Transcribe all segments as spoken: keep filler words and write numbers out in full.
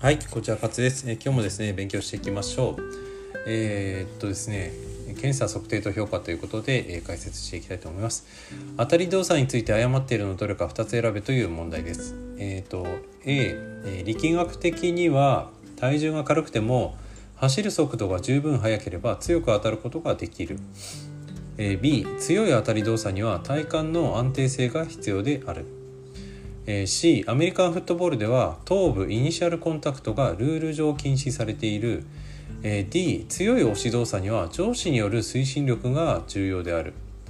はい、こちら勝です。えー、今日もですね勉強していきましょう。えー、っとですね検査測定と評価ということで、えー、解説していきたいと思います。当たり動作について誤っているのどれかふたつ選べという問題です。えー、っと A、えー、力学的には体重が軽くても走る速度が十分速ければ強く当たることができる。えー、B、強い当たり動作には体幹の安定性が必要である。C、アメリカンフットボールでは頭部イニシャルコンタクトがルール上禁止されている。 D、強い押し動作には上司による推進力が重要である。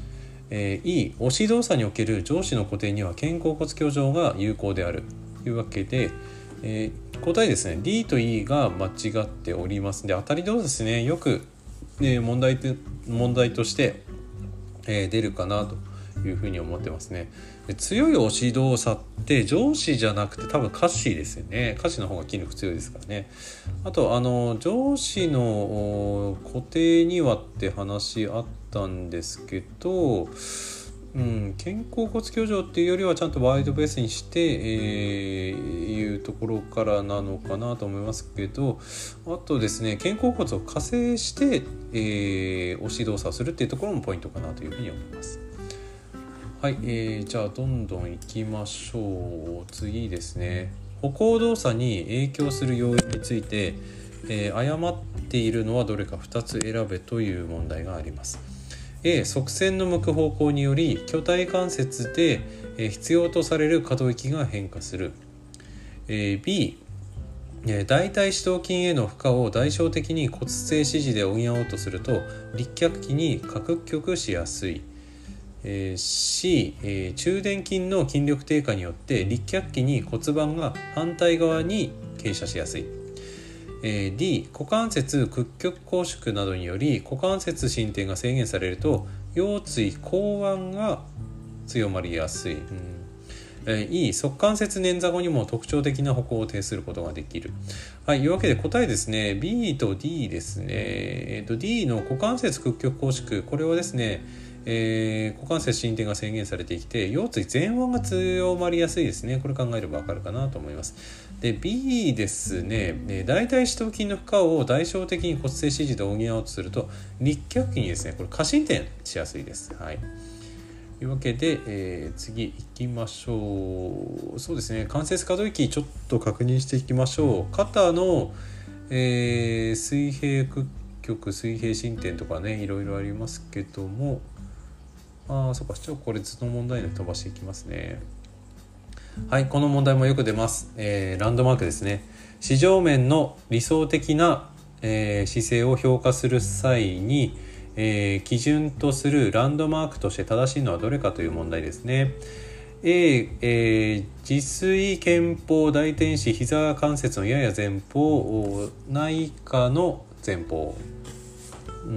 E、押し動作における上司の固定には肩甲骨強状が有効であるというわけで、えー、答えですね D と E が間違っておりますので、当たり動作ですねよく、えー、問題と、問題として、えー、出るかなというふうに思ってますね。で強い押し動作って上司じゃなくて多分下肢ですよね。下肢の方が筋力強いですからね。あとあの上司の固定にはって話あったんですけど、うん、肩甲骨強状っていうよりはちゃんとワイドベースにして、えー、いうところからなのかなと思いますけど、あとですね肩甲骨を加勢して、えー、押し動作をするっていうところもポイントかなというふうに思います。はい、えー、じゃあどんどんいきましょう。次ですね、歩行動作に影響する要因について、えー、誤っているのはどれかふたつ選べという問題があります。 A、側線の向く方向により巨体関節で、えー、必要とされる可動域が変化する。えー、B、えー、大腿四頭筋への負荷を代償的に骨性支持で補おうとすると立脚筋に下屈曲しやすい。C、えー、中殿筋の筋力低下によって立脚筋に骨盤が反対側に傾斜しやすい。えー、D、股関節屈曲拘縮などにより股関節伸展が制限されると腰椎後腕が強まりやすい。うんえー、E、側関節捻挫後にも特徴的な歩行を呈することができる。はい、いうわけで答えですね B と D ですね。えー、と D の股関節屈曲拘縮、これはですねえー、股関節伸展が制限されてきて腰椎前腕が強まりやすいですね。これ考えればわかるかなと思います。で B ですね、大腿四頭筋の負荷を代償的に骨性支持で補おうとすると立脚筋にですねこれ過伸展しやすいです。はい、というわけで、えー、次行きましょう。そうですね、関節可動域ちょっと確認していきましょう。肩の、えー、水平屈曲水平伸展とかねいろいろありますけども、ああ、そうか、ちょっとこれ図の問題で飛ばしていきますね。はい、この問題もよく出ます。えー、ランドマークですね。四条面の理想的な、えー、姿勢を評価する際に、えー、基準とするランドマークとして正しいのはどれかという問題ですね。A、えー、自炊肩方大転子膝関節のやや前方内下の前方。うん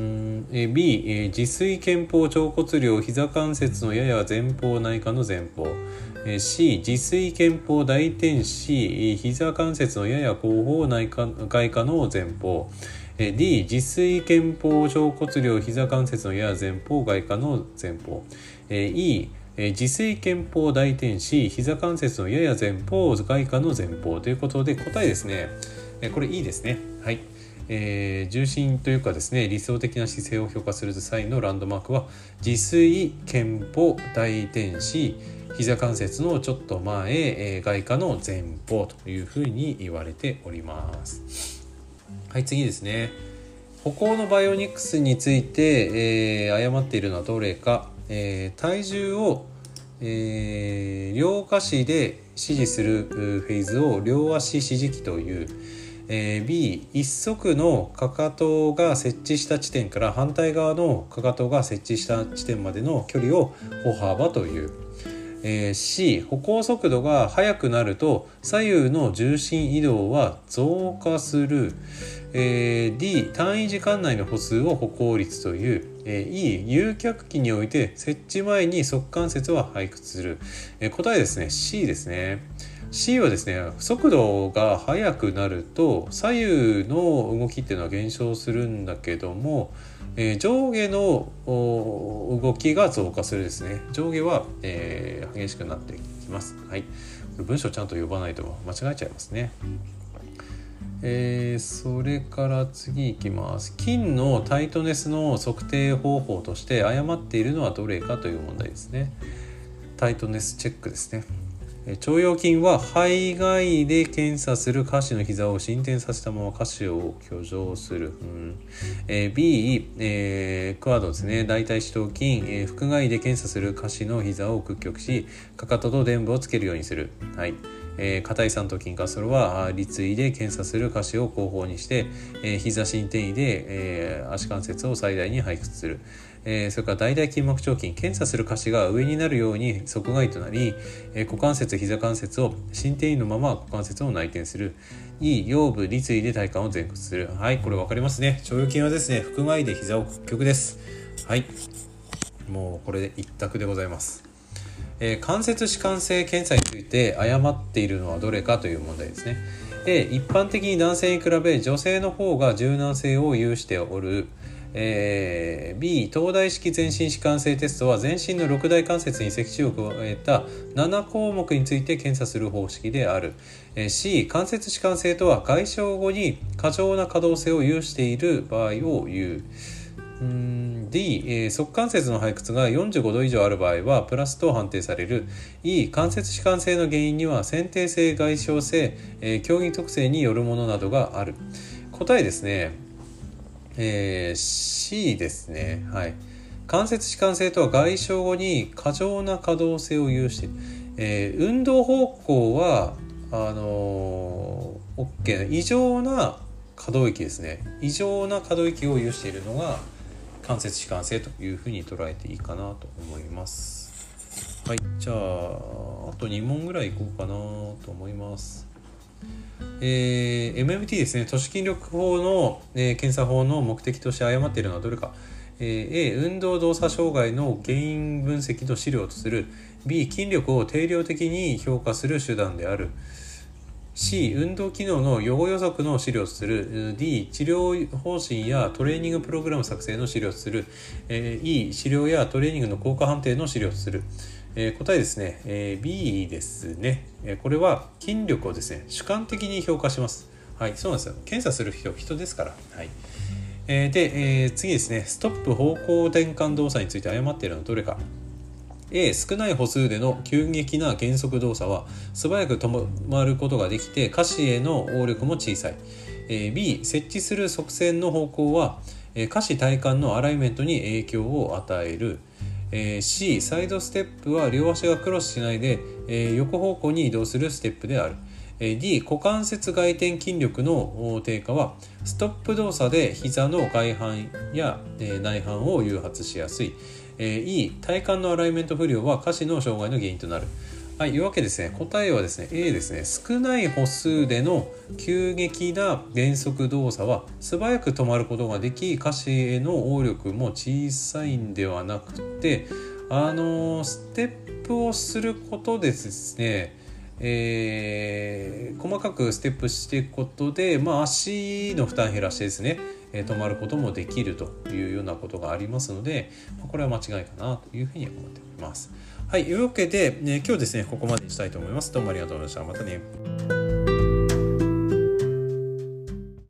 、B、えー、自炊肩方腸骨量膝関節のやや前方内下の前方。C、自炊肩方大転子膝関節のやや後方内下外下の前方。D、自炊肩方腸骨量膝関節のやや前方外下の前方。E、自炊肩方大転子膝関節のやや前方外下の前方ということで、答えですねこれ E ですね。はい、えー、重心というかですね理想的な姿勢を評価する際のランドマークは自炊肩方大転子膝関節のちょっと前、えー、外下の前方というふうに言われております。はい、次ですね、歩行のバイオニクスについて、えー、誤っているのはどれか。えー、体重を、えー、両下肢で支持するフェーズを両足支持器という。えー、B、一足のかかとが設置した地点から反対側のかかとが設置した地点までの距離を歩幅という。えー、C、歩行速度が速くなると左右の重心移動は増加する。えー、D、単位時間内の歩数を歩行率という。えー、E、有脚器において設置前に側関節は背屈する。えー、答えですね C ですね。C はですね、速度が速くなると左右の動きっていうのは減少するんだけども、えー、上下の動きが増加するですね。上下は、えー、激しくなってきます。はい、文章ちゃんと呼ばないと間違えちゃいますね。 えー、それから次いきます。筋のタイトネスの測定方法として誤っているのはどれかという問題ですね。タイトネスチェックですね。腸腰筋は肺外で検査する下肢の膝を伸展させたまま下肢を挙上する、うんえー、B、えー、クワッドですね。大腿四頭筋、えー、腹外で検査する下肢の膝を屈曲しかかとと臀部をつけるようにする。はい。えー、下腿三頭筋滑走路は立位で検査する下肢を後方にして、えー、膝伸展位で、えー、足関節を最大に背屈する。えー、それから大腿筋膜腸筋、検査する下肢が上になるように側外となり、えー、股関節膝関節を伸展位のまま股関節を内転する。E、腰部立位で体幹を前屈する。はい、これ分かりますね。腸腰筋はですね、腹外で膝を屈曲です。はい、もうこれで一択でございます。えー、関節弛緩性検査について誤っているのはどれかという問題ですね。A、一般的に男性に比べ女性の方が柔軟性を有しておる。えー、B、東大式全身弛緩性テストは全身のろく大関節に脊柱を加えたなな項目について検査する方式である。えー、C、関節弛緩性とは外傷後に過剰な可動性を有している場合を言う。うーん D、えー、側関節の背屈がよんじゅうごど以上ある場合はプラスと判定される。E、関節弛緩性の原因には先天性、外傷性、えー、競技特性によるものなどがある。答えですね、えー、C ですね。はい。関節弛緩性とは外傷後に過剰な可動性を有している。えー、運動方向はあのー、OK 異常な可動域ですね。異常な可動域を有しているのが関節弛緩性というふうに捉えていいかなと思います。はい、じゃああとに問ぐらいいこうかなと思います。えー、エムエムティー ですね。都市筋力法の、えー、検査法の目的として誤っているのはどれか。えー、A、運動動作障害の原因分析の資料とする。B、筋力を定量的に評価する手段である。C、運動機能の予後予測の資料とする。 D、治療方針やトレーニングプログラム作成の資料とする。 E、治療やトレーニングの効果判定の資料とする。えー、答えですね、えー、B ですね、えー、これは筋力をですね主観的に評価します。はい、そうなんですよ。検査する人人ですから。はい。えー、で、えー、次ですね、ストップ方向転換動作について誤っているのはどれか。A、少ない歩数での急激な減速動作は素早く止まることができて下肢への応力も小さい。えー、B、設置する側線の方向は、えー、下肢体幹のアライメントに影響を与える。えー、C、サイドステップは両足がクロスしないで、えー、横方向に移動するステップである。えー、D、股関節外転筋力の低下はストップ動作で膝の外反や、えー、内反を誘発しやすい。えー、E、体幹のアライメント不良は下肢の障害の原因となる。はい、いうわけですね。答えはですね A ですね。少ない歩数での急激な減速動作は素早く止まることができ、下肢への応力も小さいんではなくて、あのステップをすることでですね、えー、細かくステップしていくことで、まあ、足の負担減らしてですね、えー、止まることもできるというようなことがありますので、これは間違いかなというふうに思っております。はい、というわけで、ね、今日ですねここまでにしたいと思います。どうもありがとうございました。またね。